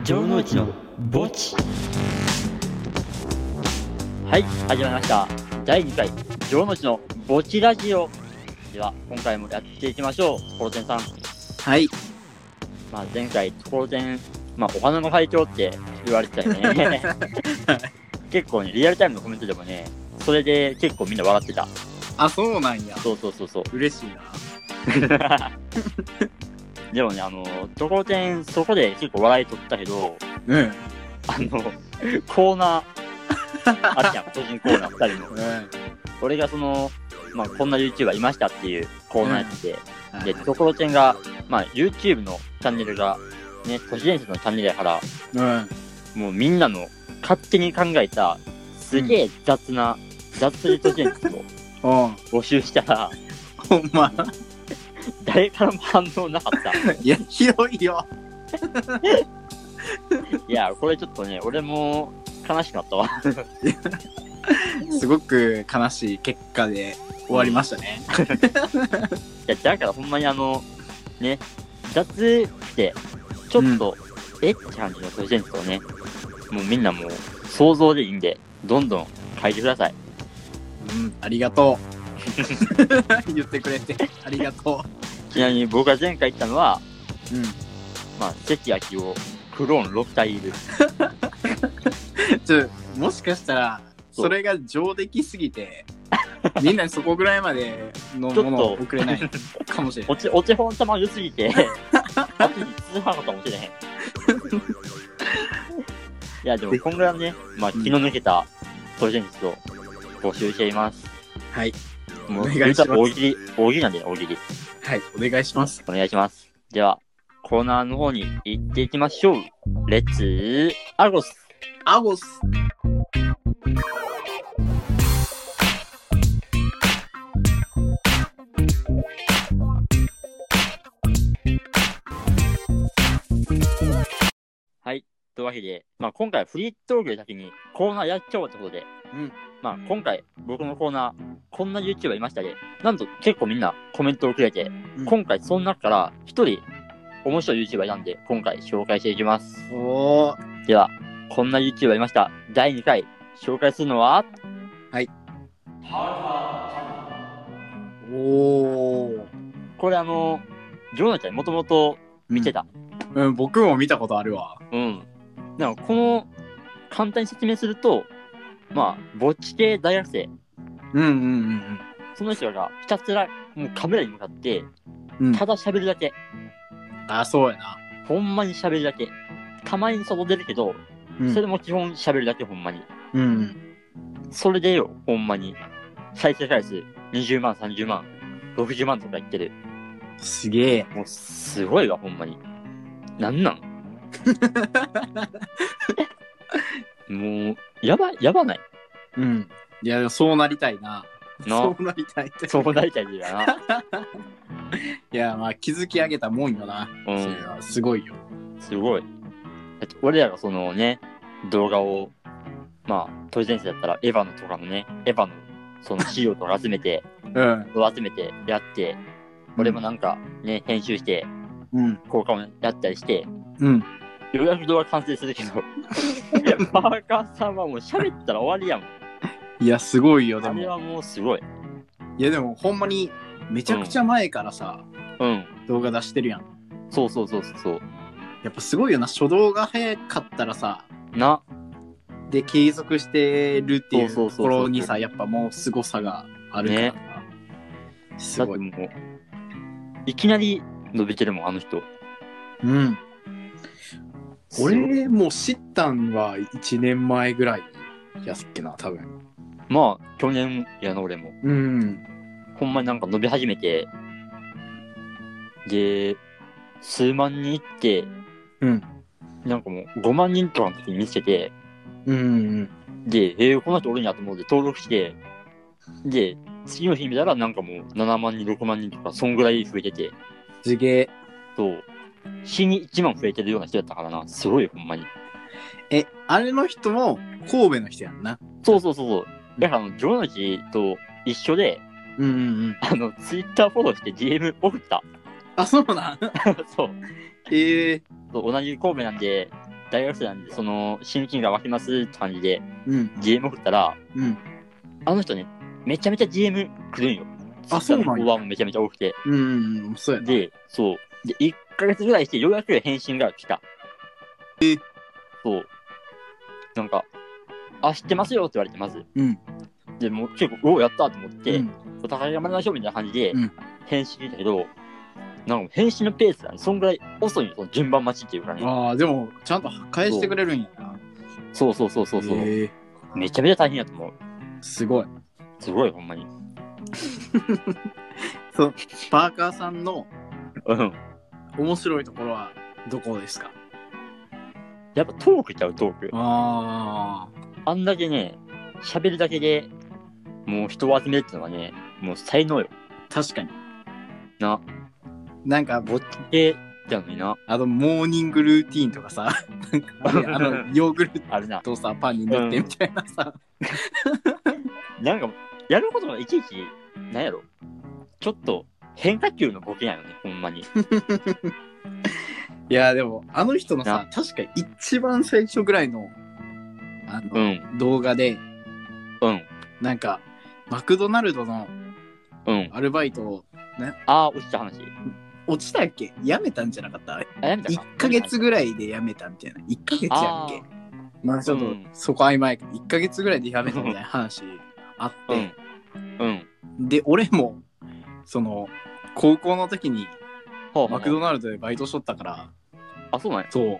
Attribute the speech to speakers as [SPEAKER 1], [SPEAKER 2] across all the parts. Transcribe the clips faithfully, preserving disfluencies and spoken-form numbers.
[SPEAKER 1] 城之内の墓地。はい、始まりましただいにかい城之内の墓地ラジオでは、今回もやっていきましょう。ところてんさん。
[SPEAKER 2] はい。
[SPEAKER 1] まあ、前回ところてん、まあ、お花の会長って言われてたよね結構ね、リアルタイムのコメントでもね、それで結構みんな笑ってた。
[SPEAKER 2] あ、そうなんや。
[SPEAKER 1] そうそうそうそう。
[SPEAKER 2] 嬉しいな。
[SPEAKER 1] でもね、あのところてんそこで結構笑い取ったけど、
[SPEAKER 2] うん。
[SPEAKER 1] あのコーナーあっちゃん、個人コーナーふたりの、
[SPEAKER 2] うん。
[SPEAKER 1] 俺がその、まあ、こんな YouTuber いましたっていうコーナーやってて、
[SPEAKER 2] うん、
[SPEAKER 1] でところてんが、まあ、YouTube のチャンネルがね、都市伝説のチャンネルやから、
[SPEAKER 2] うん、
[SPEAKER 1] もうみんなの勝手に考えたすげえ雑な、うん、雑で都市伝説を募集したら、
[SPEAKER 2] ほんま
[SPEAKER 1] 誰からも反応なかった。
[SPEAKER 2] いや、広いよ。
[SPEAKER 1] いや、これちょっとね、俺も悲しかったわ。
[SPEAKER 2] すごく悲しい結果で終わりましたね。
[SPEAKER 1] いや、だからほんまにあの、ね、雑ってちょっと、うん、えって感じの都市伝説をね、もうみんなもう想像でいいんで、どんどん書いてください。
[SPEAKER 2] うん、ありがとう。言ってくれてありがと
[SPEAKER 1] う。ちなみに僕が前回言ったのは、うん、まあ関明夫クローンろくたいいる。
[SPEAKER 2] ちょもしかしたらそれが上出来すぎてみんなにそこぐらいまでのものを送れないかもしれない。
[SPEAKER 1] おちお手本様良すぎてあっちに通販かったかもしれへん。いやでも今後はね、まあ気の抜けた都市伝説を募集しています。
[SPEAKER 2] はい。
[SPEAKER 1] もうお願いします。大喜利、大喜利なんでね、大喜利。
[SPEAKER 2] はい、お願いします。
[SPEAKER 1] お願いします。では、コーナーの方に行っていきましょう。レッツアゴス。
[SPEAKER 2] アゴス。
[SPEAKER 1] はい。というわけで、まあ今回はフリートークで先にコーナーやっちゃおうってことで、うん。まあ今回僕のコーナー、こんな YouTuber いましたで、なんと結構みんなコメントをくれて、うん、今回その中から一人面白い YouTuber なんで、今回紹介していきます。
[SPEAKER 2] おー。
[SPEAKER 1] では、こんな YouTuber いました。だいにかい紹介するのは、
[SPEAKER 2] はい。おー。
[SPEAKER 1] これあの、ジョーナちゃんもともと見てた、
[SPEAKER 2] うん。うん、僕も見たことあるわ。
[SPEAKER 1] うん。でもこの、簡単に説明すると、まあ、ぼっち系大学生。
[SPEAKER 2] うんうんうんうん。
[SPEAKER 1] その人がひたすらもうカメラに向かって、
[SPEAKER 2] うん、
[SPEAKER 1] ただ喋るだけ。
[SPEAKER 2] あ、そうやな。
[SPEAKER 1] ほんまに喋るだけ。たまに外出るけど、うん、それも基本喋るだけ、ほんまに。
[SPEAKER 2] うん。
[SPEAKER 1] それでよ、ほんまに。再生回数にじゅうまん、さんじゅうまん、ろくじゅうまんとか言ってる。
[SPEAKER 2] すげえ。
[SPEAKER 1] もうすごいわ、ほんまに。なんなんもう、やば、やばない。
[SPEAKER 2] うん。いや、そうなりたいな。
[SPEAKER 1] な
[SPEAKER 2] そうなりたいって。
[SPEAKER 1] そうなりたいだな。
[SPEAKER 2] いや、まあ、築き上げたもんよな。うん。それはすごいよ。
[SPEAKER 1] すごい。だって俺らがそのね、動画を、まあ、都市伝説だったら、エヴァのとかのね、エヴァのその資料とか集めて、
[SPEAKER 2] うん。
[SPEAKER 1] 集めてやって、俺もなんかね、編集して、
[SPEAKER 2] うん。
[SPEAKER 1] 効果もやったりして、
[SPEAKER 2] うん。
[SPEAKER 1] ようやく動画完成するけど、パーカーさんはもう喋ったら終わりやもん。
[SPEAKER 2] いや、すごいよ、でも。
[SPEAKER 1] あれはもうすごい。
[SPEAKER 2] いや、でもほんまに、めちゃくちゃ前からさ、
[SPEAKER 1] うん。
[SPEAKER 2] 動画出してるやん。
[SPEAKER 1] そうそうそうそう。
[SPEAKER 2] やっぱすごいよな、初動が早かったらさ、
[SPEAKER 1] な。
[SPEAKER 2] で、継続してるっていうところにさ、やっぱもう凄さがあるからな。ね、すごい。
[SPEAKER 1] だってもう、いきなり伸びてるもん、あの人。
[SPEAKER 2] うん。俺も知ったんはいちねんまえぐらいやっけな、多分。
[SPEAKER 1] まあ、去年やな、俺も。
[SPEAKER 2] うん。
[SPEAKER 1] ほんまになんか伸び始めて、で、数万人いって、
[SPEAKER 2] うん。
[SPEAKER 1] なんかもうごまん人とかの時に見つけて、
[SPEAKER 2] うんうん、
[SPEAKER 1] で、えー、この人おるんやと思って登録して、で、次の日見たらなんかもうななまんにん、ろくまんにんとか、そんぐらい増えてて。
[SPEAKER 2] すげえ。
[SPEAKER 1] そう。日にいちまん増えてるような人だったからな。すごい、ほんまに。
[SPEAKER 2] え、あれの人も神戸の人やんな。
[SPEAKER 1] そうそうそうそう。だからあの、城之内と一緒で、
[SPEAKER 2] うんうんうん。
[SPEAKER 1] あの、ツイッターフォローして ディーエム 送った。
[SPEAKER 2] あ、そうなん
[SPEAKER 1] そう。
[SPEAKER 2] ええー。
[SPEAKER 1] そう、同じ神戸なんで、 大学生なんで、その、親近感湧きますって感じで、
[SPEAKER 2] うん。
[SPEAKER 1] ディーエム 送ったら、
[SPEAKER 2] うん。
[SPEAKER 1] あの人ね、めちゃめちゃ ディーエム 来るんよ。
[SPEAKER 2] あ、そうなんや。
[SPEAKER 1] フォロワーもめちゃめちゃ多くて。
[SPEAKER 2] うん、うん、そうやな。
[SPEAKER 1] で、そう。で、いっかげつぐらいしてようやく返信が来た。
[SPEAKER 2] え
[SPEAKER 1] そう。なんか、あ、知ってますよって言われて、まず。
[SPEAKER 2] うん。
[SPEAKER 1] で、もう結構、おお、やったと思って、
[SPEAKER 2] うん、
[SPEAKER 1] お互い頑張りましょうみたいな感じで
[SPEAKER 2] うん、
[SPEAKER 1] 返信したけど、なんか返信のペースがね、そんぐらい遅いよ、その順番待ちっていうかね。
[SPEAKER 2] ああ、でも、ちゃんと返してくれるんやな。
[SPEAKER 1] そうそうそうそうそう。
[SPEAKER 2] えー、
[SPEAKER 1] めちゃめちゃ大変やと思う。
[SPEAKER 2] すごい。
[SPEAKER 1] すごい、ほんまに。
[SPEAKER 2] そう、パーカーさんの
[SPEAKER 1] うん。
[SPEAKER 2] 面白いところはどこですか？
[SPEAKER 1] やっぱトークちゃう、トーク。
[SPEAKER 2] あ
[SPEAKER 1] あ。あんだけね、喋るだけでもう人を集めるっていうのはね、もう才能よ。
[SPEAKER 2] 確かに。
[SPEAKER 1] な。
[SPEAKER 2] なんか、
[SPEAKER 1] ぼっち系じゃのにな。
[SPEAKER 2] あの、モーニングルーティーンとかさ、なんかあれ、あの、ヨーグル
[SPEAKER 1] あるな。
[SPEAKER 2] トをさ、パンに塗ってみたいなさ。
[SPEAKER 1] うん、なんか、やることがいちいち、なんやろ。ちょっと変化球のボケやよね、ほんまに。
[SPEAKER 2] いや、でも、あの人のさ、確か一番最初ぐらいの、あの、うん、動画で、
[SPEAKER 1] うん。
[SPEAKER 2] なんか、マクドナルドの
[SPEAKER 1] うん。
[SPEAKER 2] アルバイトを、ね。
[SPEAKER 1] ああ、落ちた話。
[SPEAKER 2] 落ちたっけ？辞めたんじゃなかった？
[SPEAKER 1] あ、辞めたか？いっ
[SPEAKER 2] かげつぐらいで辞めたみたいな。いっかげつやっけ？まあちょっと、そこ曖昧か。いっかげつぐらいで辞めたみたいな話あって。
[SPEAKER 1] うん。うん。
[SPEAKER 2] で、俺も、その、高校の時に、マクドナルドでバイトしとったから。
[SPEAKER 1] あ、そうなんや。
[SPEAKER 2] そう。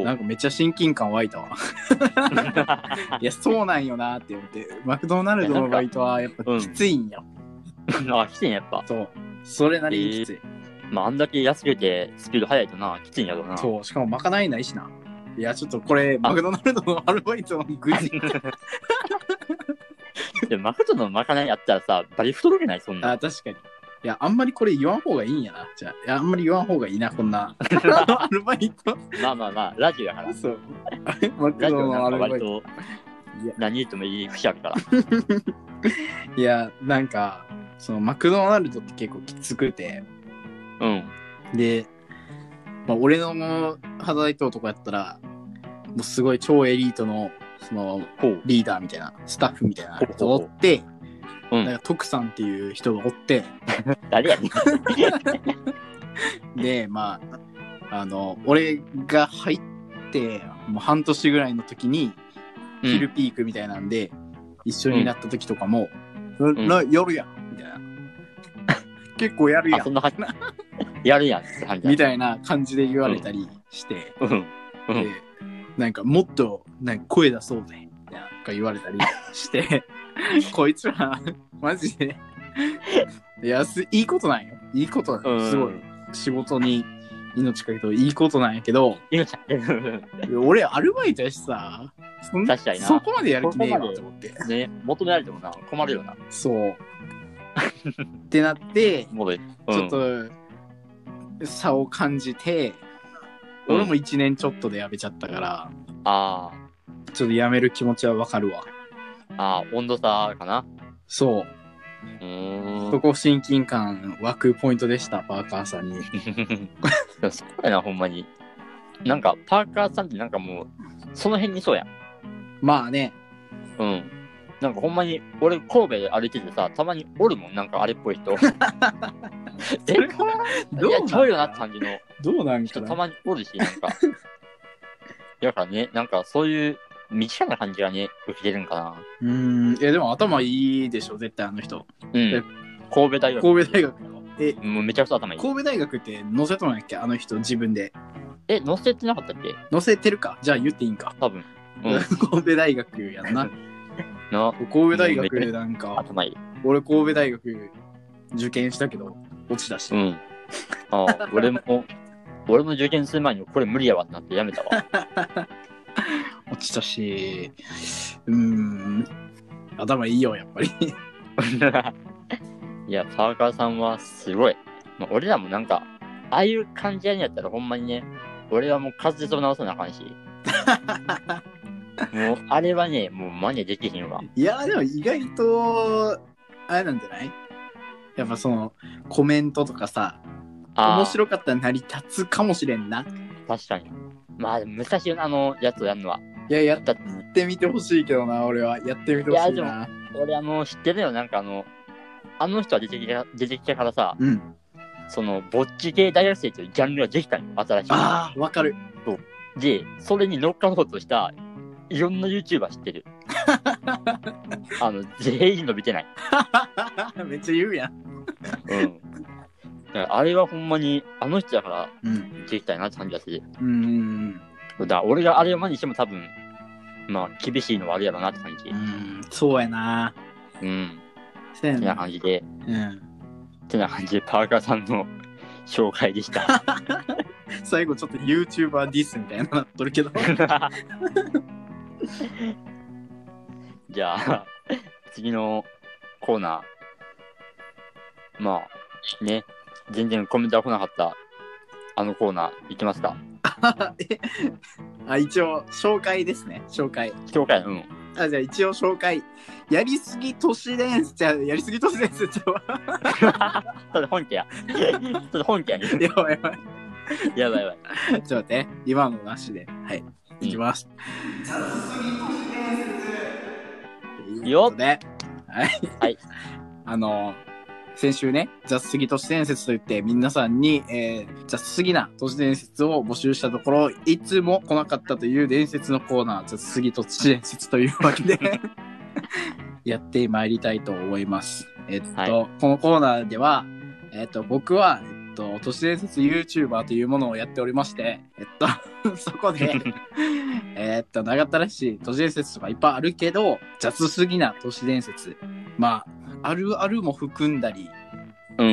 [SPEAKER 2] なんかめっちゃ親近感湧いたわ。いや、そうなんよなって思って。マクドナルドのバイトはやっぱきついんよ。
[SPEAKER 1] うん、あ、きついんやっぱ。
[SPEAKER 2] そう。それなりにきつい。えー、
[SPEAKER 1] まあ、あんだけ安くてスピード速いとな、きついんやろうな。
[SPEAKER 2] そう、しかもまかないないしな。いや、ちょっとこれ、マクドナルドのアルバイトの愚痴。
[SPEAKER 1] でマクドのまかないやったらさ、バリ太るけない、そんな。
[SPEAKER 2] あ、確かに。いや、あんまりこれ言わん方がいいんやな。じゃあ、いやあんまり言わん方がいいな、こんな。アルバイト。
[SPEAKER 1] まあまあまあ、ラジオやから。
[SPEAKER 2] そう。マクドのアルバイト。
[SPEAKER 1] 何言ってもいい節あるから。
[SPEAKER 2] いや、なんか、そのマクドナルドって結構きつくて。
[SPEAKER 1] うん。
[SPEAKER 2] で、まあ、俺の働いたとこやったら、もうすごい超エリートの、その、リーダーみたいな、スタッフみたいな人がおって、うん、なんか徳さんっていう人がおって、
[SPEAKER 1] 誰やね
[SPEAKER 2] ん。で、まあ、あの、俺が入って、もう半年ぐらいの時に、昼ピークみたいなんで、うん、一緒になった時とかも、うん、なやるやんみたいな。結構やるやん。
[SPEAKER 1] あ、そんな感じ。やるやんって感じ。
[SPEAKER 2] みたいな感じで言われたりして、うんうんうん、でなんかもっとなんか声出そうぜなんか言われたりしてこいつらマジでいやすいいことなんよ。いいことなんよ、うん、すごい仕事に命かけといいことなんやけど俺アルバイトやしさそん
[SPEAKER 1] 確かにな
[SPEAKER 2] そこまでやる気ねえわと思って
[SPEAKER 1] ね求められてもな困るよな。
[SPEAKER 2] そうってなって
[SPEAKER 1] もう、うん、
[SPEAKER 2] ちょっと差を感じて、うん、俺もいちねんちょっとで辞めちゃったから、
[SPEAKER 1] あ
[SPEAKER 2] ちょっと辞める気持ちはわかるわ。
[SPEAKER 1] ああ、温度差かな。
[SPEAKER 2] そう。
[SPEAKER 1] うーん
[SPEAKER 2] そこ親近感湧くポイントでした、パーカーさんに。
[SPEAKER 1] そうやな、ほんまに。なんか、パーカーさんってなんかもう、その辺にそうやん。
[SPEAKER 2] まあね。
[SPEAKER 1] うん。なんかほんまに、俺神戸で歩いててさ、たまにおるもん、なんかあれっぽい人。
[SPEAKER 2] それ
[SPEAKER 1] どういや、ちゃうよなって感じの。
[SPEAKER 2] どうなんか
[SPEAKER 1] 人たまにおるし、なんか。だからね、なんかそういう、身近な感じがね、受けてるんかな。
[SPEAKER 2] うーん、いやでも頭いいでしょ、絶対あの人。
[SPEAKER 1] うん。神戸大学。
[SPEAKER 2] 神戸大学の。
[SPEAKER 1] え、もうめちゃくちゃ頭いい。
[SPEAKER 2] 神戸大学って載せとんやっけ、あの人、自分で。
[SPEAKER 1] え、載せてなかったっけ？
[SPEAKER 2] 載せてるか。じゃあ言っていいんか。
[SPEAKER 1] 多分。
[SPEAKER 2] うん、神戸大学やんな。
[SPEAKER 1] な
[SPEAKER 2] 神戸大学でなんか、
[SPEAKER 1] 頭いい。
[SPEAKER 2] 俺神戸大学受験したけど、落ちたし。
[SPEAKER 1] うん。ああ、俺も、俺も受験する前にこれ無理やわってなってやめたわ。
[SPEAKER 2] 落ちたし、うーん、頭いいよ、やっぱり。
[SPEAKER 1] いや、パーカーさんはすごい。まあ、俺らもなんか、ああいう感じやんやったらほんまにね、俺はもう滑舌を直さなあかんし。もう、あれはね、もう真似できひんわ。
[SPEAKER 2] いや、でも意外と、あれなんじゃない？やっぱその、コメントとかさ、面白かったら成り立つかもしれんな。
[SPEAKER 1] 確かに。 まあ、でも武蔵のあのやつをやるのは。
[SPEAKER 2] いや、やってみてほしいけどな、俺は。やってみてほしいな。いや、でも、
[SPEAKER 1] 俺、あの、知ってるよ。なんかあの、あの人は出てきた出てきたからさ、
[SPEAKER 2] うん、
[SPEAKER 1] その、ぼっち系大学生というジャンルができたのよ、新しい。
[SPEAKER 2] ああ、わかる。
[SPEAKER 1] そう。で、それに乗っかろうとした、いろんな YouTuber 知ってる。あの、全員伸びてない。
[SPEAKER 2] めっちゃ言うやん。
[SPEAKER 1] うん。だからあれはほんまに、あの人だから、できたいなって感じがする。
[SPEAKER 2] うん。
[SPEAKER 1] だから俺があれを真似しても多分、まあ、厳しいのはあるやろなって感じ。
[SPEAKER 2] うん、そうやな。
[SPEAKER 1] うん。
[SPEAKER 2] そうやな。
[SPEAKER 1] ってな感じで、
[SPEAKER 2] うん。
[SPEAKER 1] ってな感じで、パーカーさんの紹介でした。
[SPEAKER 2] 最後ちょっと YouTuber ディスみたいななっとるけど。
[SPEAKER 1] じゃあ、次のコーナー。まあ、ね、全然コメントが来なかったあのコーナーいきますか。
[SPEAKER 2] あ、一応紹介ですね。紹介。
[SPEAKER 1] 紹介、うん。
[SPEAKER 2] あ、じゃあ一応紹介。やりすぎ都市伝説、じゃあやりすぎ都市伝説は。
[SPEAKER 1] それ本家や。それ本家やね。
[SPEAKER 2] やばいやばい。
[SPEAKER 1] やばいやばい。
[SPEAKER 2] ちょっと待って、今のなしで。はい。いきます。うん、よっで、はい。はい。あの、先週ね、雑すぎ都市伝説といって皆さんに、えー、雑すぎな都市伝説を募集したところ、いつも来なかったという伝説のコーナー、雑すぎ都市伝説というわけでやってまいりたいと思います。えっと、はい、このコーナーでは、えっと、僕は、えっと、都市伝説 YouTuber というものをやっておりまして、えっと、そこで、えっと、長ったらしい都市伝説とかいっぱいあるけど、雑すぎな都市伝説。まあ、あるあるも含んだり、うん、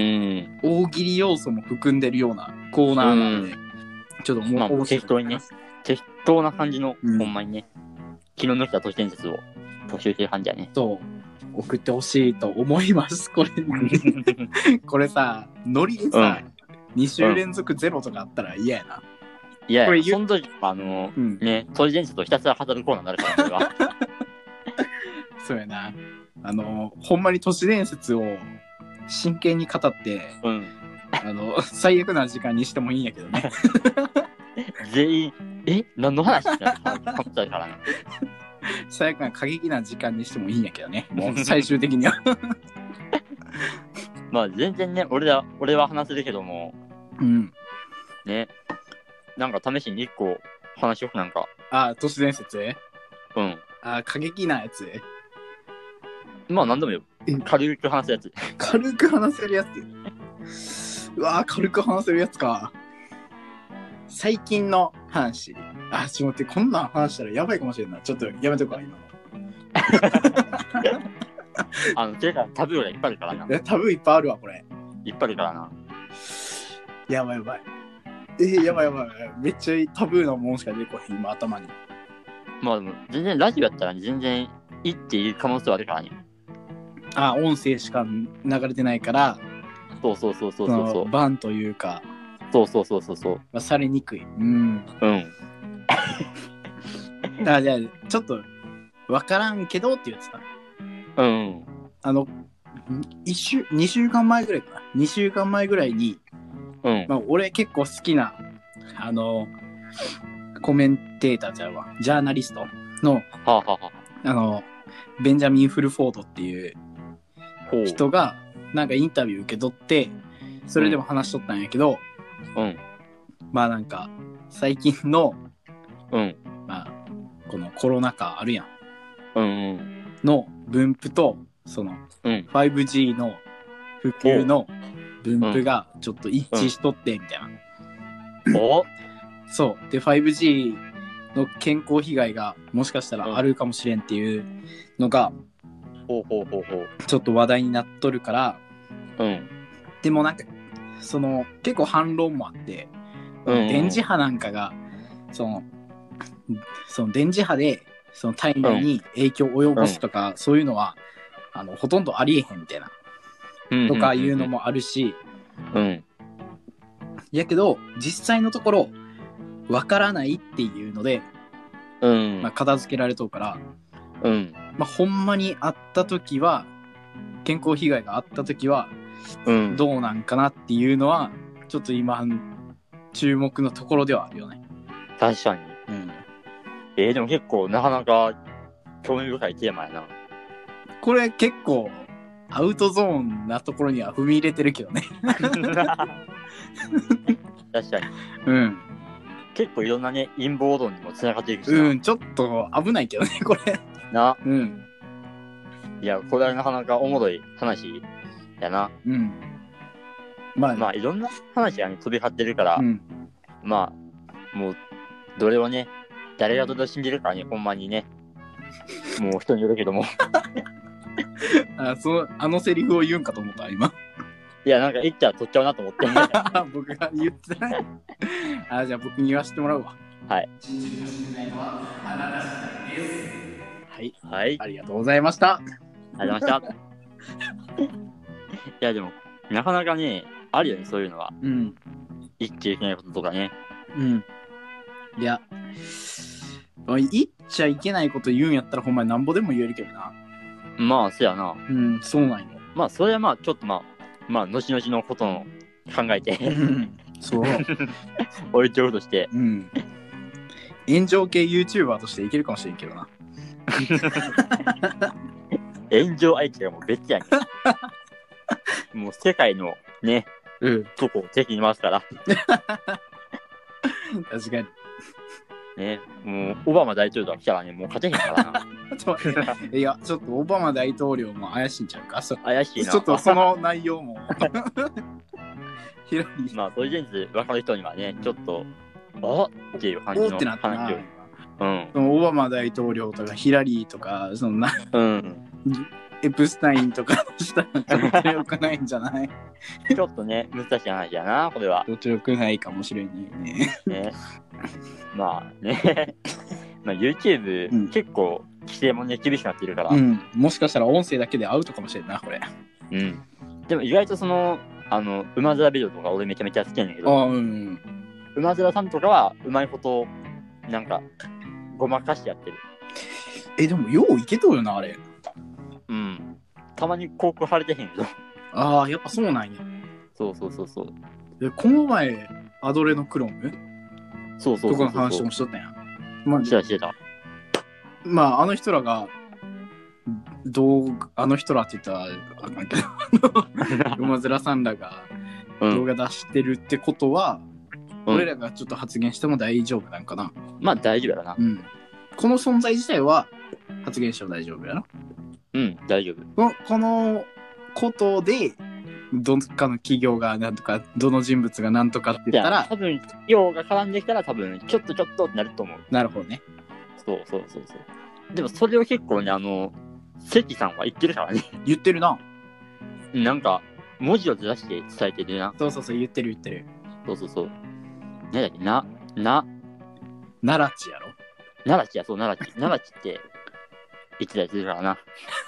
[SPEAKER 2] 大喜利要素も含んでるようなコーナーなので、うん、ちょっともう、
[SPEAKER 1] まあ、適当にね、適当な感じの、うん、ほんまにね、昨日の来た都市伝説を募集してる感じやね。
[SPEAKER 2] そう、送ってほしいと思います。これ、これさ、ノリでさ、うん、に週連続ゼロとかあったら嫌やな。
[SPEAKER 1] いや、これその時、あの、うん、ね、都市伝説をひたすら語るコーナーになるから、これは。
[SPEAKER 2] そうやな。あの、ほんまに都市伝説を真剣に語って、うん、あの、最悪な時間にしてもいいんやけどね。
[SPEAKER 1] 全員、え何の話ってなったからね。
[SPEAKER 2] 最悪な過激な時間にしてもいいんやけどね。もう最終的には。
[SPEAKER 1] まあ全然ね、俺は、俺は話せるけども、うん。ね、なんか試しに一個話しよくなんか。
[SPEAKER 2] あ、都市伝説？
[SPEAKER 1] うん。
[SPEAKER 2] あ、過激なやつ？
[SPEAKER 1] まあ何でもよ。軽く話すやつ。
[SPEAKER 2] 軽く話せるやつ。うわぁ、軽く話せるやつか。最近の話。あ、ちょっと待って、こんなん話したらやばいかもしれんな。ちょっとやめとくわ、今の。
[SPEAKER 1] あの、てかタブーがいっぱいあるからな。
[SPEAKER 2] タブーいっぱいあるわ、これ。
[SPEAKER 1] いっぱいあるからな。
[SPEAKER 2] やばいやばい。えー、やばいやばい。めっちゃタブーなもんしか出てこへん、今頭に。
[SPEAKER 1] まあでも、全然ラジオやったら全然いいっていう可能性はあるからね。
[SPEAKER 2] あ、音声しか流れてないから、
[SPEAKER 1] そうそうそうそうそうそう。
[SPEAKER 2] バンというか、
[SPEAKER 1] そうそうそうそうそう。
[SPEAKER 2] まあ、されにくい。うん。うん。あ、じゃあ、ちょっと、わからんけどって言ってた。うん。あの、一週、二週間前ぐらいかな。二週間前ぐらいに、うん。まあ、俺結構好きな、あの、コメンテーターちゃうわ、ジャーナリストの、はあはあはあ、あの、ベンジャミン・フルフォードっていう人が、なんかインタビュー受け取って、それでも話しとったんやけど、うん。まあなんか、最近の、うん。まあ、このコロナ禍あるやん。うんうん。の分布と、その、うん、ファイブジー の普及の分布がちょっと一致しとって、みたいな。お、うん、そう。で、ファイブジー の健康被害がもしかしたらあるかもしれんっていうのが、ほうほうほうほう。ちょっと話題になっとるから、うん。でもなんか、その、結構反論もあって、うんうん、電磁波なんかが、その、その電磁波で、その体内に影響を及ぼすとか、うん、そういうのは、あの、ほとんどありえへんみたいな、うん、とかいうのもあるし、うん。やけど、実際のところ、わからないっていうので、うん。まあ、片付けられとうから、うん。まあ、ほんまにあったときは、健康被害があったときは、うん、どうなんかなっていうのは、ちょっと今、注目のところではあるよね。
[SPEAKER 1] 確かに。
[SPEAKER 2] うん。
[SPEAKER 1] えー、でも結構なかなか興味深いテーマやな。
[SPEAKER 2] これ結構アウトゾーンなところには踏み入れてるけどね。
[SPEAKER 1] 確かに。
[SPEAKER 2] うん。
[SPEAKER 1] 結構いろんなね、陰謀論にもつながっていくしな。
[SPEAKER 2] うん、ちょっと危ないけどね、これ。
[SPEAKER 1] な。
[SPEAKER 2] うん。
[SPEAKER 1] いや、これはなかなかおもろい話やな。
[SPEAKER 2] うん。まあ、
[SPEAKER 1] まあ、いろんな話がね、飛び交ってるから、
[SPEAKER 2] うん、
[SPEAKER 1] まあ、もう、どれをね、誰がどれを信じるかね、ほんまにね、もう人によるけども。
[SPEAKER 2] あ、その、あのセリフを言うんかと思った、今。
[SPEAKER 1] いや、なんか言ったら取っちゃうなと思って。
[SPEAKER 2] 僕が言ってない。あ、じゃあ僕に言わせてもらうわ。
[SPEAKER 1] はい。
[SPEAKER 2] 信じるか信じないのはあなた次第です。はい。
[SPEAKER 1] はい。
[SPEAKER 2] ありがとうございました。
[SPEAKER 1] ありがとうございました。いや、でも、なかなかね、あるよね、そういうのは。
[SPEAKER 2] うん。
[SPEAKER 1] 言っちゃいけないこととかね。
[SPEAKER 2] うん。いや、言っちゃいけないこと言うんやったらほんまになんぼでも言えるけどな。
[SPEAKER 1] まあ、そやな。
[SPEAKER 2] うん、そうなんよ。
[SPEAKER 1] まあ、それはまあ、ちょっとまあ、まあ、後々のことの考えて
[SPEAKER 2] そう。
[SPEAKER 1] 置いておくとして。
[SPEAKER 2] うん。炎上系 YouTuber としていけるかもしれんけどな。
[SPEAKER 1] 炎上相手がもう別やねん。もう世界のね、
[SPEAKER 2] うん。
[SPEAKER 1] とこを敵に回すから。
[SPEAKER 2] 確かに。
[SPEAKER 1] ね、もう、オバマ大統領が来たらね、もう勝てへんからな。
[SPEAKER 2] いや、ちょっとオバマ大統領も怪しいんちゃうか。
[SPEAKER 1] 怪しいな。
[SPEAKER 2] ちょっとその内容も。
[SPEAKER 1] まあ、とりあえず分かる人にはね、ちょっと、あっていう感じの話を。うん。
[SPEAKER 2] そのオバマ大統領とかヒラリーとか、そんな、
[SPEAKER 1] うん。
[SPEAKER 2] エプスタインとかしたらちょっと良くないんじゃない？
[SPEAKER 1] ちょっとね、難しい話やな、これは。
[SPEAKER 2] ちょっと良くないかもしれないね。
[SPEAKER 1] ね。まあね。まあ YouTube、うん、結構規制もね、厳しくなってるから、
[SPEAKER 2] うん。もしかしたら音声だけでアウトかもしれんな、これ。
[SPEAKER 1] うん。でも意外とその、あの、馬面ビデオとか俺めちゃめちゃ好きなんだけど、
[SPEAKER 2] あ、うん。
[SPEAKER 1] 馬面さんとかはうまいこと、なんか、ごまかしてやってる。
[SPEAKER 2] え、でもよういけとうよな、あれ。
[SPEAKER 1] うん。たまに広告貼れてへんけど。
[SPEAKER 2] ああ、やっぱそうなんや。
[SPEAKER 1] そうそうそうそう。
[SPEAKER 2] で、この前、アドレのクロム
[SPEAKER 1] そうそうそうそう。
[SPEAKER 2] とかの話もしとったんや。
[SPEAKER 1] まあ、してたしてた。
[SPEAKER 2] まあ、あの人らが、どう、あの人らって言ったら、あかんけど、馬面さんらが動画出してるってことは、うん、俺らがちょっと発言しても大丈夫なんかな。
[SPEAKER 1] まあ、大丈夫やな。
[SPEAKER 2] うん。この存在自体は発言しても大丈夫やな。
[SPEAKER 1] うん、大丈夫。
[SPEAKER 2] この、このことで、どっかの企業がなんとか、どの人物がなんとかって言ったら、
[SPEAKER 1] 多分、企業が絡んできたら多分、ちょっとちょっとってなると思う。
[SPEAKER 2] なるほどね。
[SPEAKER 1] そうそうそうそう。でも、それを結構ね、あの、関さんは言ってるからね。
[SPEAKER 2] 言ってるな。
[SPEAKER 1] なんか、文字をずらして伝えてるな。
[SPEAKER 2] そうそうそう、言ってる言ってる。
[SPEAKER 1] そうそうそう。なんだっけ、な、な、
[SPEAKER 2] 奈良地やろ。
[SPEAKER 1] 奈良地や、そう、奈良地。奈良地って言ってたりするからな。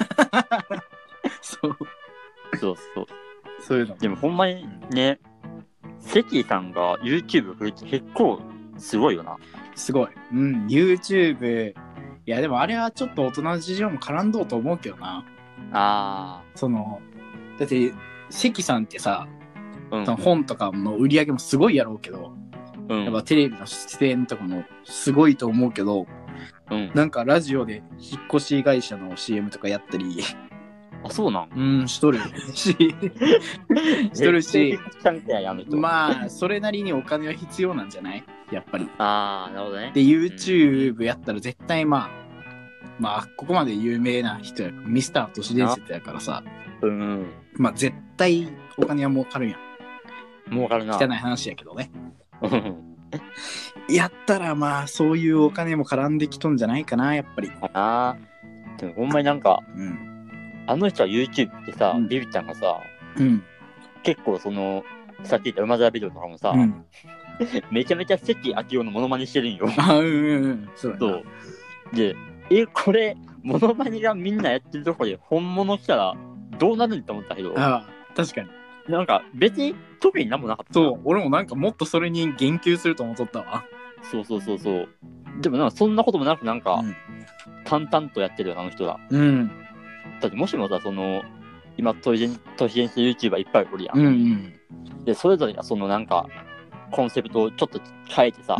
[SPEAKER 2] そう。
[SPEAKER 1] そうそう。
[SPEAKER 2] そういうの。
[SPEAKER 1] でもほんまにね、関さんが YouTube 振るって結構すごいよな。
[SPEAKER 2] すごい。うん、YouTube。いや、でもあれはちょっと大人の事情も絡んどうと思うけどな。
[SPEAKER 1] あ
[SPEAKER 2] ー。その、だって、関さんってさ、
[SPEAKER 1] うん、
[SPEAKER 2] その本とかの売り上げもすごいやろうけど、うん、やっぱテレビの出演とかもすごいと思うけど、うん、なんかラジオで引っ越し会社の シーエム とかやったり、
[SPEAKER 1] あ、そうなん
[SPEAKER 2] うん、しとるし、しとるし、まあ、それなりにお金は必要なんじゃない？やっぱり。
[SPEAKER 1] ああ、なるほどね。
[SPEAKER 2] で、YouTube やったら絶対まあ、まあ、ここまで有名な人やミスター都市伝説やからさ、
[SPEAKER 1] うん、
[SPEAKER 2] まあ絶対お金は儲かるやん。
[SPEAKER 1] 儲かるな。
[SPEAKER 2] 汚い話やけどね。やったらまあそういうお金も絡んできとんじゃないかな、やっぱり。
[SPEAKER 1] ああ。でもほんまになんか、
[SPEAKER 2] うん、
[SPEAKER 1] あの人は YouTube ってさ、うん、ビビちゃんがさ、
[SPEAKER 2] うん、
[SPEAKER 1] 結構その、さっき言った馬面ビデオとかもさ、うん、めちゃめちゃ関明夫のモノマネしてるんよ。
[SPEAKER 2] あ、うんうんうん。そうだな。
[SPEAKER 1] そう。で、え、これ、モノマネがみんなやってるとこで本物来たらどうなるんって思ったけど。
[SPEAKER 2] ああ、確かに。
[SPEAKER 1] なんか別に特になんもなかった。
[SPEAKER 2] そう、俺もなんかもっとそれに言及すると思っとったわ。
[SPEAKER 1] そうそうそうそう。でもなんかそんなこともなくなんか、うん、淡々とやってるよ、あの人が。
[SPEAKER 2] うん。
[SPEAKER 1] だってもしもさ、その、今、都市伝説 YouTuber いっぱいおるやん。
[SPEAKER 2] うんうん。
[SPEAKER 1] で、それぞれがそのなんか、コンセプトをちょっと変えてさ、うん、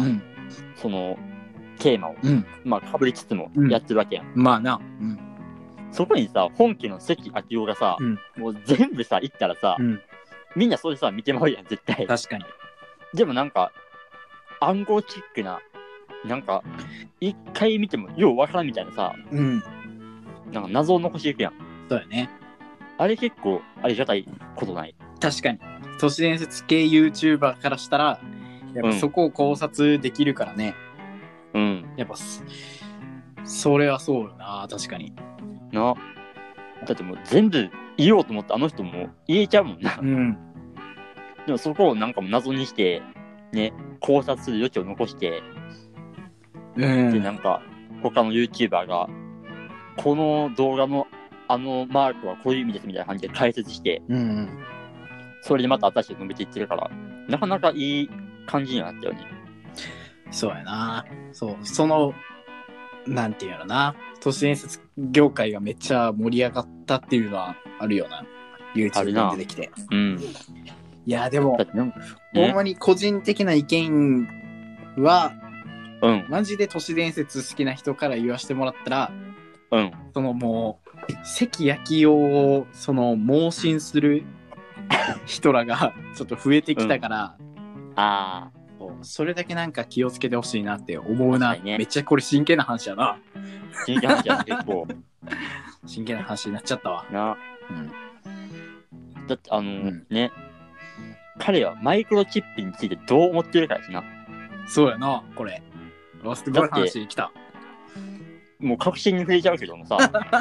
[SPEAKER 1] その、テーマを、
[SPEAKER 2] うん、
[SPEAKER 1] まあ、被りつつもやってるわけやん。
[SPEAKER 2] うん、まあな。うん。
[SPEAKER 1] そこにさ、本家の関明夫がさ、うん、もう全部さ、言ったらさ、うん、みんなそれさ、見てまうやん、絶対。
[SPEAKER 2] 確かに。
[SPEAKER 1] でもなんか、暗号チックな、なんか、一回見てもようわからんみたいなさ、うん。なんか謎を残していくやん。
[SPEAKER 2] そうやね。
[SPEAKER 1] あれ結構ありがたいことない？
[SPEAKER 2] 確かに。都市伝説系 YouTuber からしたら、やっぱそこを考察できるからね。うん。やっぱ、それはそうよな、確かに。
[SPEAKER 1] な。だってもう全部言おうと思ってあの人も言えちゃうもんな。うん。でもそこをなんかも謎にして、ね、考察する余地を残して、うん、で、なんか、他の YouTuber が、この動画のあのマークはこういう意味ですみたいな感じで解説して、うんうん、それでまた私が伸びていってるから、なかなかいい感じになったよね。
[SPEAKER 2] そうやな。そう、その、なんていうのな、都市伝説業界がめっちゃ盛り上がったっていうのはあるよな。YouTube に出てきて。うん。いや、でも、ほんまに個人的な意見は、うん、マジで都市伝説好きな人から言わせてもらったら、うん、そのもう、関焼夫をその盲信する人らがちょっと増えてきたから、うん、ああ、それだけなんか気をつけてほしいなって思うな、ね。めっちゃこれ真剣な話やな。
[SPEAKER 1] 真剣な話やな、結構。
[SPEAKER 2] 真剣な話になっちゃったわ。な。うん、
[SPEAKER 1] だってあのーうん、ね、彼はマイクロチップについてどう思ってるかですな。
[SPEAKER 2] そうやな、これ。ラストゴール話来た。
[SPEAKER 1] もう確信に触れちゃうけどもさ。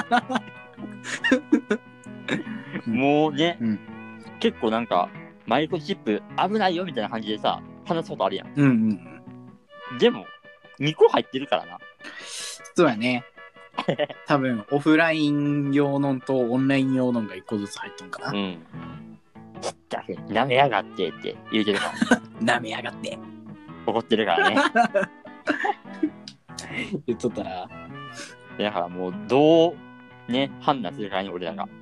[SPEAKER 1] もうね、うん、結構なんか、マイクロチップ危ないよみたいな感じでさ、話すことあるやん。うんうん。でも、にこ入ってるからな。
[SPEAKER 2] そうやね。多分、オフライン用のとオンライン用のがいっこずつ入っとんかな。うん。
[SPEAKER 1] ちっちゃく、舐めやがってって言うてるから。
[SPEAKER 2] 舐めやがって。
[SPEAKER 1] 怒ってるからね。
[SPEAKER 2] 言っとったら。
[SPEAKER 1] だからもう、どう、ね、判断するからね、俺らが。うん。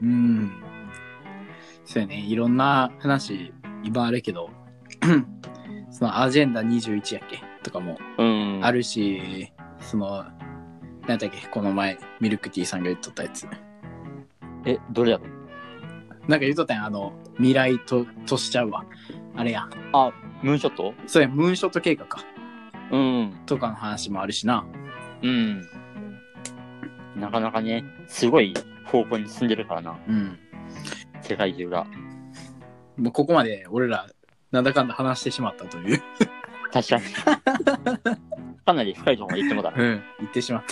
[SPEAKER 2] そうやね、いろんな話、今あるけど、そのアジェンダにじゅういちやっけとかもあるし、その、なんだっけ、この前、ミルクティーさんが言っとったやつ。
[SPEAKER 1] え、どれやろ？
[SPEAKER 2] なんか言っとったやん、あの、未来と、としちゃうわ。あれや。
[SPEAKER 1] あ、ムーンショット？
[SPEAKER 2] そうや、ムーンショット計画か。うん。とかの話もあるしな。うん。
[SPEAKER 1] なかなかね、すごい方向に進んでるからな。うん。世界中が。
[SPEAKER 2] もうここまで俺ら、なんだかんだ話してしまったという。
[SPEAKER 1] 確かに。かなり深いところまで行ってもだな。
[SPEAKER 2] うん、行ってしまった。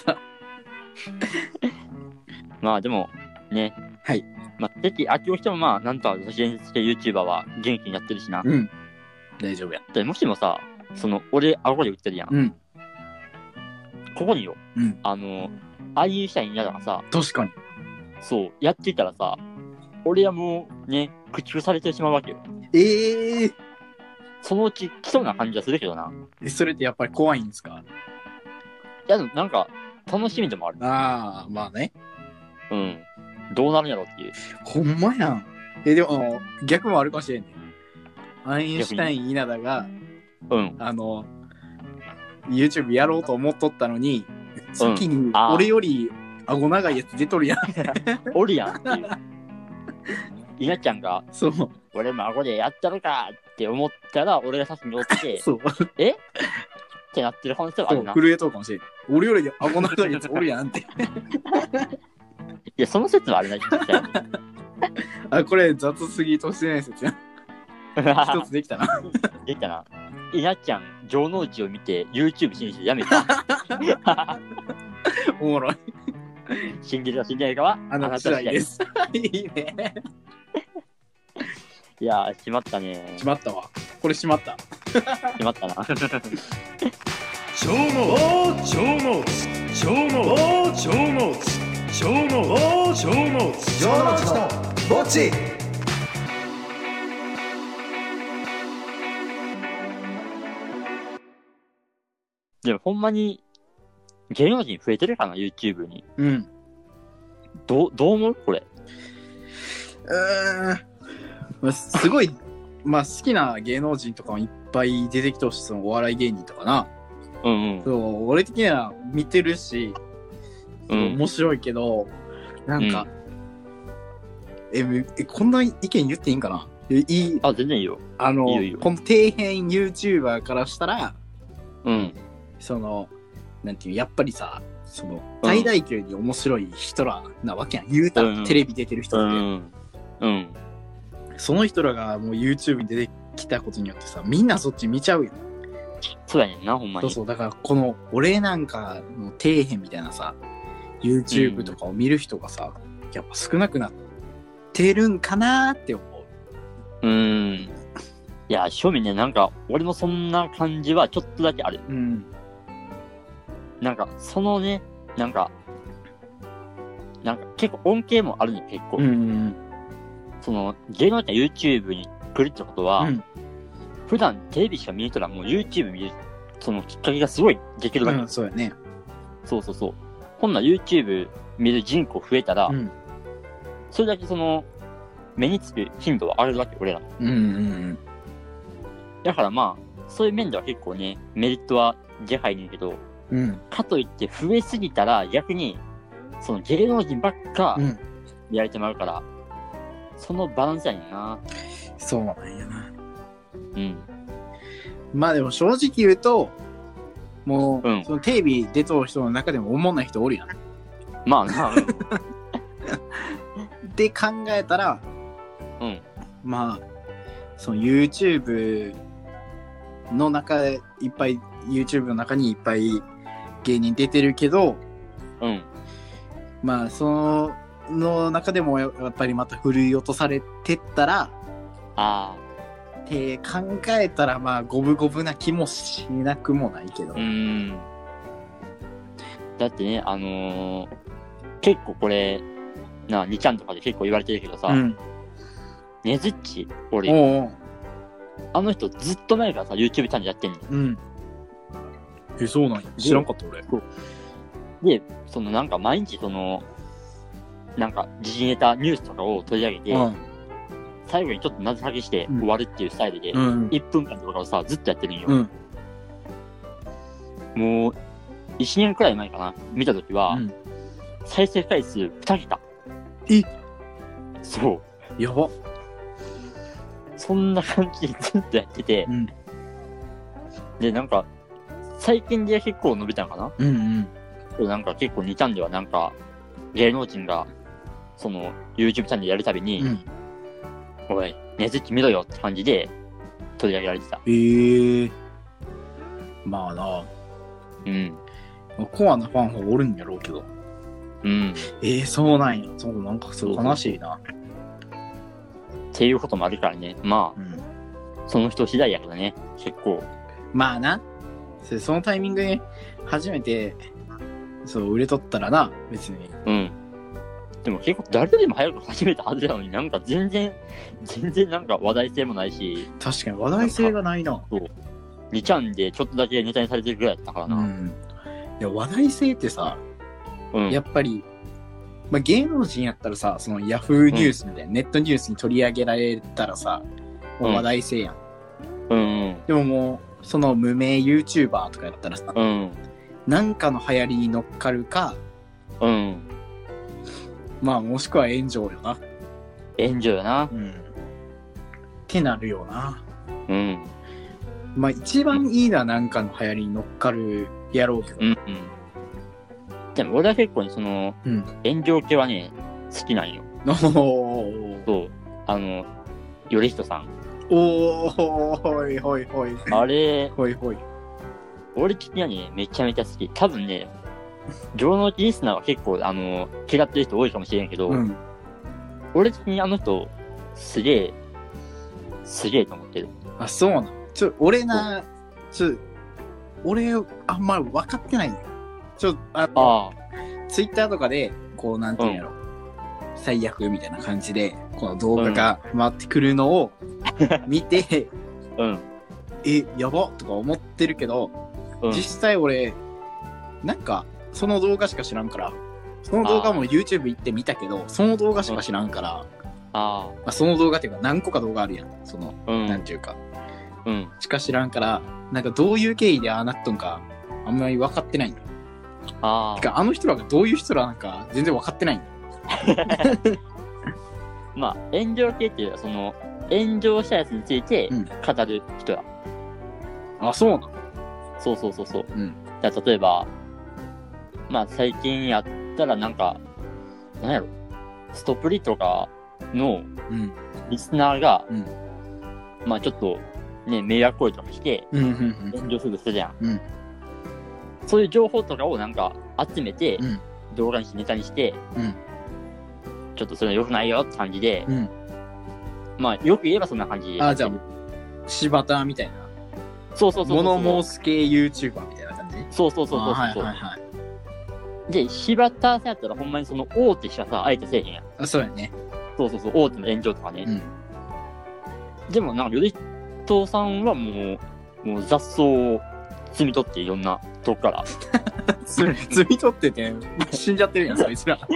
[SPEAKER 1] まあでも、ね。はい。まあ、関明夫してもまあ、なんとか都市伝説系 YouTuber は元気にやってるしな。うん。
[SPEAKER 2] 大丈夫や。
[SPEAKER 1] でもしもさ、その、俺、顎で売ってるやん。うん。ここによ、うん、あの、アインシュタインやだからさ。
[SPEAKER 2] 確かに。
[SPEAKER 1] そう、やってたらさ、俺はもう、ね、駆逐されてしまうわけよ。
[SPEAKER 2] ええー。
[SPEAKER 1] そのうち来そうな感じはするけどな。
[SPEAKER 2] え、それってやっぱり怖いんですか？
[SPEAKER 1] いや、でもなんか、楽しみでもある。
[SPEAKER 2] ああ、まあね。
[SPEAKER 1] うん。どうなるんやろっていう。
[SPEAKER 2] ほんまやん。え、でも、逆もあるかもしれんね。アインシュタイン稲田が、うん。あの、YouTube やろうと思っとったのに、先に俺より顎長いやつ出とるやん。
[SPEAKER 1] おるやんっていう。稲ちゃんが、
[SPEAKER 2] そう。
[SPEAKER 1] 俺も顎でやったのかって思ったら、俺が先に追って、
[SPEAKER 2] そう。
[SPEAKER 1] えってなってる可能性はあるな。
[SPEAKER 2] 震えとるかもしれん。俺より顎長いやつおるやんって。い
[SPEAKER 1] や、その説はあれない。
[SPEAKER 2] あ、これ雑すぎ都市伝説やん。一つできたな。
[SPEAKER 1] できたな。稲ちゃん、城之内を見て YouTube 信じてやめた。
[SPEAKER 2] おもろい。
[SPEAKER 1] 信じるか信じないかは
[SPEAKER 2] あなた次第です。いいね。
[SPEAKER 1] いやー、しまったね。
[SPEAKER 2] しまったわ。これしまった。
[SPEAKER 1] しまったな。
[SPEAKER 3] 超の超の超の超の超の超の超のぼっち。
[SPEAKER 1] でもほんまに芸能人増えてるかな YouTube に。うん。どうどう思うこれ？
[SPEAKER 2] うーん。すごいまあ好きな芸能人とかもいっぱい出てきてほしい、そのお笑い芸人とかな。
[SPEAKER 1] うんうん。
[SPEAKER 2] そう、俺的には見てるし、
[SPEAKER 1] うん
[SPEAKER 2] 面白いけど、なんか、うん、え、え、こんな意見言っていいんかな？いい、
[SPEAKER 1] あ、全然いいよ。
[SPEAKER 2] あの、
[SPEAKER 1] いいよいいよ
[SPEAKER 2] この底辺 YouTuber からしたら、
[SPEAKER 1] うん。
[SPEAKER 2] その、なんていう、やっぱりさ、その、最大級に面白い人らなわけやん。言うたら、テレビ出てる人って、
[SPEAKER 1] うん。うん。
[SPEAKER 2] その人らがもう YouTube に出てきたことによってさ、みんなそっち見ちゃうよ。
[SPEAKER 1] そうやねんな、ほんまに。
[SPEAKER 2] そうそう、だからこの、俺なんかの底辺みたいなさ、YouTube とかを見る人がさ、うん、やっぱ少なくなってるんかなーって思う。
[SPEAKER 1] うーん。いや、正味ね、なんか、俺もそんな感じはちょっとだけある。
[SPEAKER 2] うん。
[SPEAKER 1] なんか、そのね、なんか、なんか結構恩恵もあるね、結構。
[SPEAKER 2] うん、うん。
[SPEAKER 1] その、芸能人が YouTube に来るってことは、うん、普段テレビしか見る人らもう YouTube 見る、そのきっかけがすごいできるわけ。
[SPEAKER 2] うん、そうやね。
[SPEAKER 1] そうそうそう。ほんなら YouTube 見る人口増えたら、うん、それだけその、目につく頻度は上がるわけ、俺ら。
[SPEAKER 2] うんうんうん。
[SPEAKER 1] だからまあ、そういう面では結構ね、メリットはでかいねんけど、
[SPEAKER 2] うん、
[SPEAKER 1] かといって増えすぎたら逆に、その芸能人ばっかやれてまうから、うん、そのバランスやねんな。
[SPEAKER 2] そうなんやな。
[SPEAKER 1] うん。
[SPEAKER 2] まあでも正直言うと、もう、
[SPEAKER 1] うん、
[SPEAKER 2] そのテレビ出とる人の中でもおもんない人おるやん。
[SPEAKER 1] まあな。うん、
[SPEAKER 2] で考えたら、
[SPEAKER 1] うん。
[SPEAKER 2] まあ、その YouTube の中でいっぱい、YouTube の中にいっぱい芸人出てるけど、
[SPEAKER 1] うん。
[SPEAKER 2] まあ、その、の中でもやっぱりまた振り落とされてったら、
[SPEAKER 1] ああ。
[SPEAKER 2] って考えたら、まあ、五分五分な気もしなくもないけど。
[SPEAKER 1] うーん。だってね、あのー、結構これ、な、にちゃんとかで結構言われてるけどさ、うん、ねずっち、俺、おうおうあの人ずっと前からさ、YouTube チャンネルやってんの。
[SPEAKER 2] うん。え、そうなんや。知らんかった俺。
[SPEAKER 1] で、そのなんか毎日その、なんか時事ネタニュースとかを取り上げて、うん、最後にちょっと謎かけして終わるっていうスタイルで、うん、いっぷんかんとかをさ、ずっとやってるんよ。うん、もう、いちねんくらい前かな、見たときは、うん、再生回数にけた。
[SPEAKER 2] え？
[SPEAKER 1] そう。
[SPEAKER 2] やば。
[SPEAKER 1] そんな感じでずっとやってて、
[SPEAKER 2] うん、
[SPEAKER 1] で、なんか、最近で結構伸びたのかな？
[SPEAKER 2] うん
[SPEAKER 1] うん。なんか結構にちゃんではなんか、芸能人が、その、YouTube チャンネルやるたびに、うん、おい、ねずっち見ろよって感じで取り上げられてた。
[SPEAKER 2] えー。まあな。
[SPEAKER 1] うん。
[SPEAKER 2] コアなファンはおるんやろうけど。
[SPEAKER 1] うん。
[SPEAKER 2] えー、そうなんや。そう、なんかすごい悲しいな。
[SPEAKER 1] っていうこともあるからね。まあ、うん、その人次第やけどね、結構。
[SPEAKER 2] まあな。そのタイミングで初めて、そう、売れとったらな、別に。
[SPEAKER 1] うん。でも結構誰よりも早く始めたはずなのになんか全然、全然なんか話題性もないし。
[SPEAKER 2] 確かに話題性がないな。
[SPEAKER 1] そう。にちゃんでちょっとだけネタにされてるぐらいだったからな。
[SPEAKER 2] うん。いや、話題性ってさ、
[SPEAKER 1] うん、
[SPEAKER 2] やっぱり、まあ、芸能人やったらさ、そのヤフーニュースみたいな、うん、ネットニュースに取り上げられたらさ、もう話題性やん。
[SPEAKER 1] うん。うんうん、
[SPEAKER 2] でももう、その無名 YouTuber とかやったらさ、
[SPEAKER 1] うん、
[SPEAKER 2] なんかの流行りに乗っかるか、
[SPEAKER 1] うん。
[SPEAKER 2] まあ、もしくは炎上よな。
[SPEAKER 1] 炎上よな。
[SPEAKER 2] うん。ってなるよな。
[SPEAKER 1] うん。
[SPEAKER 2] まあ、一番いいのはなんかの流行りに乗っかるやろうけど。
[SPEAKER 1] うんうん。でも俺は結構ね、その、うん、炎上系はね、好きなんよ。
[SPEAKER 2] おー。
[SPEAKER 1] そう。あの、よりひとさん。
[SPEAKER 2] おー、ほいほいほい。
[SPEAKER 1] あれ、
[SPEAKER 2] ほいほい。
[SPEAKER 1] 俺的にはね、めちゃめちゃ好き。多分ね、上のリスナーは結構、あの、嫌ってる人多いかもしれんけど、うん、俺的にあの人、すげえ、すげえと思ってる。
[SPEAKER 2] あ、そうなの。ちょ、俺な、ちょ、俺、あんまり分かってないんだよ。ちょ、あ
[SPEAKER 1] あ
[SPEAKER 2] ツイッターとかで、こう、なんていうんやろ、うん、最悪みたいな感じで、この動画が回ってくるのを見て、
[SPEAKER 1] うん、
[SPEAKER 2] え、やばとか思ってるけど、うん、実際俺、なんか、その動画しか知らんから、その動画も YouTube 行って見たけど、その動画しか知らんから、
[SPEAKER 1] あ
[SPEAKER 2] まあ、その動画っていうか何個か動画あるやん。その、
[SPEAKER 1] うん、
[SPEAKER 2] なんていうか。
[SPEAKER 1] うん。
[SPEAKER 2] しか知らんから、なんかどういう経緯でああなっとんか、あんまり分かってないんだよ。
[SPEAKER 1] ああ。
[SPEAKER 2] てか、あの人らがどういう人らなんか全然分かってないんだよ。
[SPEAKER 1] まあ、炎上系っていうのは、その、炎上したやつについて語る人や。
[SPEAKER 2] うん、あ、そうなの？
[SPEAKER 1] そうそうそうそう。
[SPEAKER 2] うん。
[SPEAKER 1] じゃあ、例えば、まあ、最近やったらなんか、なんやろ、ストプリとかのリスナーが、うん、まあちょっとね、迷惑行為とかして、
[SPEAKER 2] うんうんうん、
[SPEAKER 1] 炎上すぐするじゃん、
[SPEAKER 2] うん。
[SPEAKER 1] そういう情報とかをなんか集めて、うん、動画にしてネタにして、
[SPEAKER 2] うん、
[SPEAKER 1] ちょっとそれ良くないよって感じで、
[SPEAKER 2] うん、
[SPEAKER 1] まあよく言えばそんな感じで。
[SPEAKER 2] あ、じゃあ、柴田みたいな。
[SPEAKER 1] そうそうそうそう。
[SPEAKER 2] 物申す系 YouTuber みたいな感じ？
[SPEAKER 1] そうそうそうそうそう。
[SPEAKER 2] はいはいはい。
[SPEAKER 1] で、柴田さんやったらほんまにその大手しかさ、あえてせえへんやん。
[SPEAKER 2] あ、そうやね。
[SPEAKER 1] そうそうそう、大手の炎上とかね。うん、でもなんか、頼人さんはもう、もう雑草を摘み取っていろんなとこから。
[SPEAKER 2] 摘み取ってて、死んじゃってるやん、そいつら。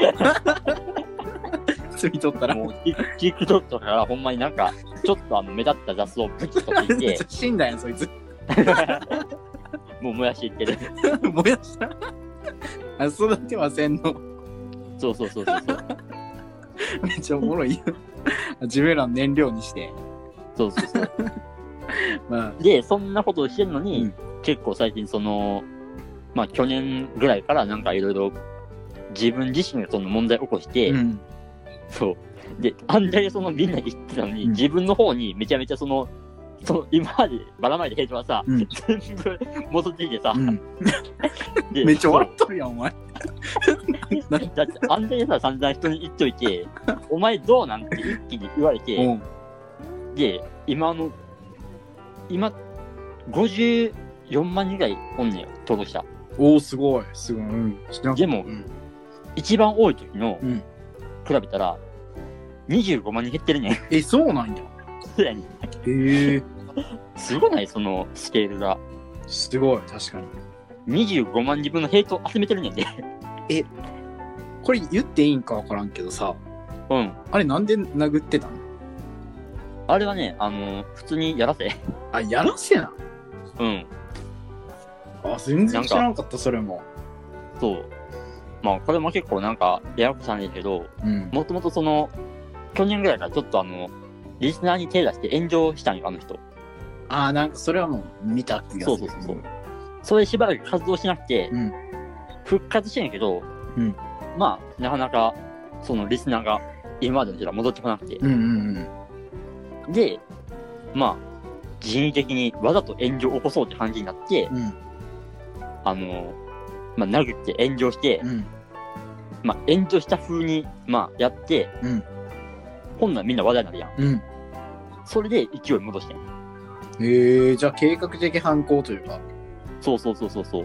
[SPEAKER 2] 摘み取ったら。
[SPEAKER 1] もう、TikTok とかからほんまになんか、ちょっとあの目立った雑草をプチッと取っていて。
[SPEAKER 2] 死んだやん、そいつ。
[SPEAKER 1] もう燃やしていってる。
[SPEAKER 2] 燃やしたあ、育てはせんの。
[SPEAKER 1] そうそうそうそうそう。
[SPEAKER 2] めっちゃおもろいよ。自分らの燃料にして。
[SPEAKER 1] そうそうそう。
[SPEAKER 2] まあ、
[SPEAKER 1] で、そんなことをしてるのに、うん、結構最近その、まあ去年ぐらいからなんかいろいろ自分自身がその問題を起こして、うん、そう。で、あんだけそのみんな言ってたのに、うん、自分の方にめちゃめちゃその、その今までばらまいたヘイトはさ、うん、全部戻ってきてさ、うん、
[SPEAKER 2] でめっちゃ笑っとるやん、お前。
[SPEAKER 1] だってあんだけさ、散々人に言っといて、お前どうなんて一気に言われて、うん、で、今の、今、ごじゅうよんまんにんぐらいおんねんよ、登録者。
[SPEAKER 2] おー、すごい、すごい。うん、
[SPEAKER 1] でも、うん、一番多い時の、うん、比べたら、にじゅうごまんにん減ってるねん。
[SPEAKER 2] え、そうなんや。
[SPEAKER 1] そうやねん。
[SPEAKER 2] へえ。
[SPEAKER 1] すごないそのスケールが。
[SPEAKER 2] すごい、確かに。
[SPEAKER 1] にじゅうごまんにんぶんのヘイトを集めてるねんで。
[SPEAKER 2] え、これ言っていいんかわからんけどさ。
[SPEAKER 1] うん。
[SPEAKER 2] あれなんで殴ってたの？
[SPEAKER 1] あれはね、あのー、普通にやらせ。
[SPEAKER 2] あ、やらせな。
[SPEAKER 1] うん。
[SPEAKER 2] あ、全然知らなかった、それも。
[SPEAKER 1] そう。まあ、これも結構なんか、ややこしなんですけど、もともとその、去年ぐらいからちょっとあの、リスナーに手出して炎上したんよ、あの人。
[SPEAKER 2] ああ、なんかそれはもう見た気がする。
[SPEAKER 1] そうそうそう。それしばらく活動しなくて、うん、復活してんやけど、うん、まあ、なかなか、そのリスナーが今までの人が戻ってこなくて。
[SPEAKER 2] うんうん
[SPEAKER 1] うん、で、まあ、人為的にわざと炎上を起こそうって感じになって、うん、あの、まあ、殴って炎上して、うん、まあ、炎上した風に、まあ、やって、うん、今度はみんな話題になるやん。うん、それで勢い戻してん。
[SPEAKER 2] へえー、じゃあ計画的犯行というか。
[SPEAKER 1] そうそうそうそうそう。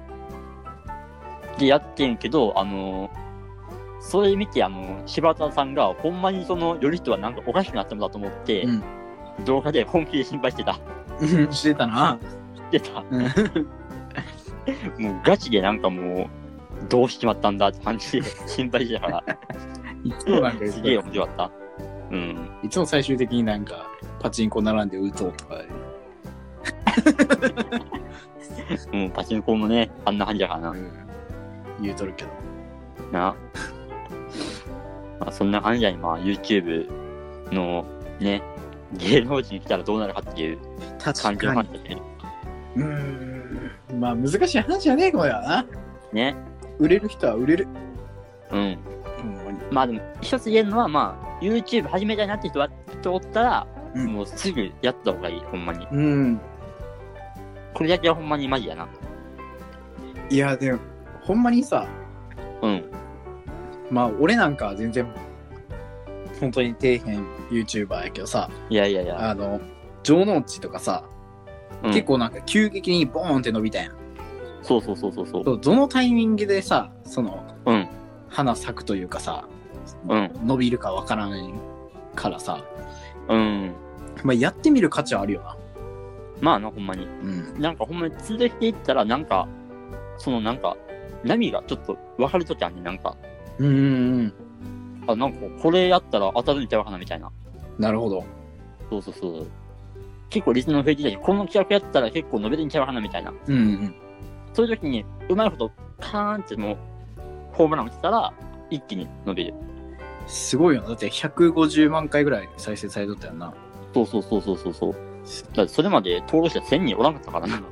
[SPEAKER 1] で、やってんけど、あのー、それ見て、あのー、柴田さんが、ほんまにその、より人はなんかおかしくなったのだと思って、うん、動画で本気で心配してた。
[SPEAKER 2] してたな。
[SPEAKER 1] してた。もうガチでなんかもう、どうしちまったんだって感じで心配してたから。
[SPEAKER 2] いつもなんか
[SPEAKER 1] すげえ面白かった。うん。
[SPEAKER 2] いつも最終的になんか、パチンコ並んで打とうとか。
[SPEAKER 1] うん、パチンコもね、あんな感じだからな。うん、
[SPEAKER 2] 言うとるけど。
[SPEAKER 1] な。まあ、そんな感じやに、まあ、YouTube のね、芸能人来たらどうなるかっていう感じの話だね。
[SPEAKER 2] うーん。まあ、難しい話じゃねえ、これはな。
[SPEAKER 1] ね。
[SPEAKER 2] 売れる人は売れる。
[SPEAKER 1] うん。うん、まあでも、一つ言えるのは、まあ、YouTube 始めたいなって人は、人おったら、うん、もうすぐやった方がいい、ほんまに。
[SPEAKER 2] うん。
[SPEAKER 1] これだけはほんまにマジやな。
[SPEAKER 2] いや、でも、ほんまにさ、
[SPEAKER 1] うん。
[SPEAKER 2] まあ、俺なんかは全然、本当に底辺 YouTuber やけどさ、
[SPEAKER 1] いやいやいや、
[SPEAKER 2] あの、城之内とかさ、うん、結構なんか急激にボーンって伸びたやん。
[SPEAKER 1] そうそうそうそうそう。
[SPEAKER 2] どのタイミングでさ、その、
[SPEAKER 1] うん。
[SPEAKER 2] 花咲くというかさ、
[SPEAKER 1] うん。
[SPEAKER 2] 伸びるかわからないからさ、
[SPEAKER 1] うん。
[SPEAKER 2] まあ、やってみる価値はあるよな。
[SPEAKER 1] まあな、ほんまに。うん。なんかほんまに続けていったら、なんか、そのなんか、波がちょっと分かるときあんねん、なんか。
[SPEAKER 2] うんうんうん。
[SPEAKER 1] あ、なんかこれやったら当たるんちゃうかなみたいな。
[SPEAKER 2] なるほど。
[SPEAKER 1] そうそうそう。 結構リスナーの増えてきたし、この企画やったら結構伸びるんちゃうかなみたいな。
[SPEAKER 2] うんうん。
[SPEAKER 1] そういう時に、うまいことカーンってもう、ホームラン打ってたら、一気に伸びる。
[SPEAKER 2] すごいよな。だってひゃくごじゅうまんかいぐらい再生されとったよな。
[SPEAKER 1] そうそうそうそうそうそう。だってそれまで登録者せんにんおらんかったからな。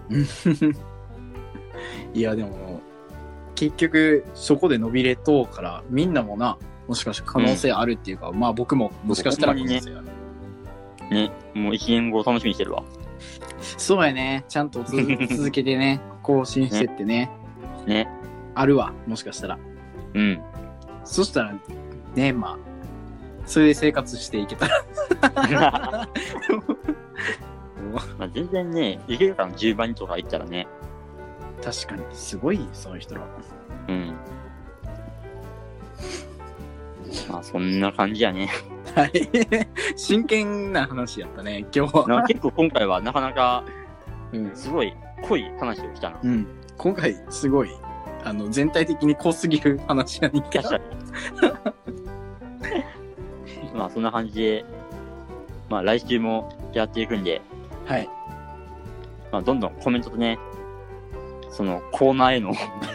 [SPEAKER 2] いやでも、結局そこで伸びれとうから、みんなもな、もしかして可能性あるっていうか、うん、まあ僕ももしかしたら可能性ある。
[SPEAKER 1] ね、もういちねんご楽しみにしてるわ。
[SPEAKER 2] そうやね。ちゃんと続けてね、更新してってね。
[SPEAKER 1] ね。
[SPEAKER 2] あるわ、もしかしたら。
[SPEAKER 1] うん。
[SPEAKER 2] そしたら、ね、まあ、それで生活していけたら。
[SPEAKER 1] まあ全然ね、いけるからじゅうばんとかいったらね。
[SPEAKER 2] 確かに、すごい、その人ら。
[SPEAKER 1] うん。まあそんな感じやね。
[SPEAKER 2] はい。真剣な話やったね、今日は。
[SPEAKER 1] 結構今回はなかなか、うん、すごい濃い話をしたな。
[SPEAKER 2] うん。今回すごい、あの、全体的に濃すぎる話やねんけど。
[SPEAKER 1] まあそんな感じで、まあ来週もやっていくんで、
[SPEAKER 2] はい。
[SPEAKER 1] まあどんどんコメントとね、そのコーナーへの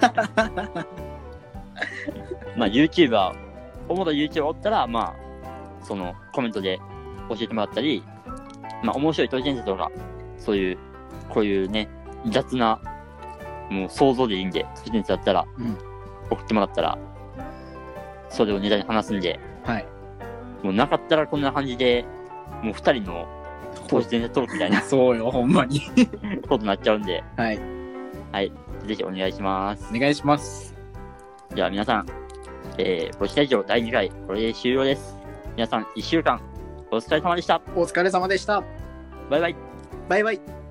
[SPEAKER 1] まあ YouTuber、主な YouTuber おったら、まあ、そのコメントで教えてもらったり、まあ面白い都市伝説とか、そういう、こういうね、雑な、もう想像でいいんで、都市伝説だったら、うん、送ってもらったら、それをネタに話すんで、
[SPEAKER 2] はい。
[SPEAKER 1] もうなかったらこんな感じで、もう二人の都市伝説トークみたいな。
[SPEAKER 2] そうよ、ほんまに。
[SPEAKER 1] ことになっちゃうんで。
[SPEAKER 2] はい。
[SPEAKER 1] はい。ぜひお願いします。
[SPEAKER 2] お願いします。
[SPEAKER 1] では皆さん、えー、ボシラジオだいにかい、これで終了です。皆さん、いっしゅうかん、お疲れ様でした。
[SPEAKER 2] お疲れ様でした。
[SPEAKER 1] バイバイ。
[SPEAKER 2] バイバイ。